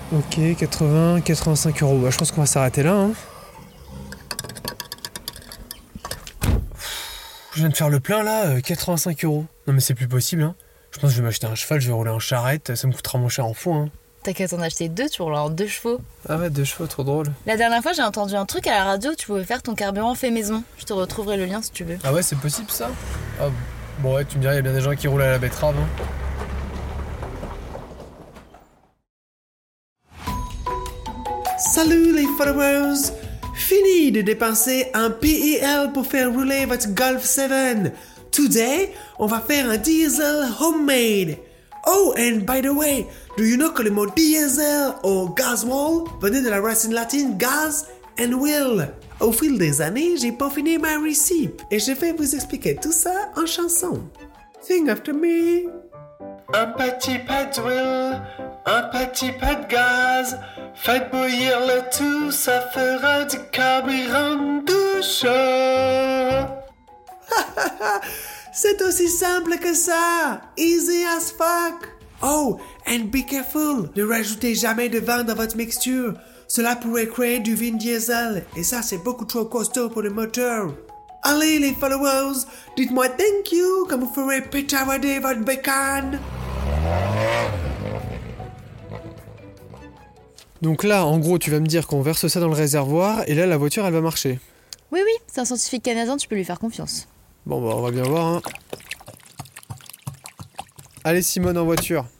Ok, 80, 85 euros. Bah, je pense qu'on va s'arrêter là. Hein. Je viens de faire le plein là, 85 euros. Non mais c'est plus possible. Hein. Je pense que je vais m'acheter un cheval, je vais rouler en charrette, ça me coûtera moins cher en fond. Hein. T'as qu'à t'en acheter 2, tu roules en 2 chevaux. Ah ouais, 2 chevaux, trop drôle. La dernière fois, j'ai entendu un truc à la radio, tu pouvais faire ton carburant fait maison. Je te retrouverai le lien si tu veux. Ah ouais, c'est possible ça? Ah bon ouais, tu me dirais, il y a bien des gens qui roulent à la betterave. Hein. Salut les followers! Fini de dépenser un PEL pour faire rouler votre Golf 7. Today, on va faire un diesel homemade. Oh, and by the way, do you know que le mot diesel ou gasoil venait de la racine latine gaz and will? Au fil des années, j'ai peaufiné ma récip et je vais vous expliquer tout ça en chanson. Sing after me. Un petit pas d'huile, un petit pas de gaz. Faites bouillir le tout, ça fera du carburant douche. C'est aussi simple que ça. Easy as fuck. Oh, and be careful. Ne rajoutez jamais de vin dans votre mixture. Cela pourrait créer du vin diesel. Et ça, c'est beaucoup trop costaud pour le moteur. Allez, les followers, dites-moi thank you quand vous ferez pétavader votre bacon. Donc là, en gros, tu vas me dire qu'on verse ça dans le réservoir et là, la voiture, elle va marcher. Oui, c'est un scientifique canadien, tu peux lui faire confiance. Bon, bah, on va bien voir. Hein. Allez, Simone, en voiture.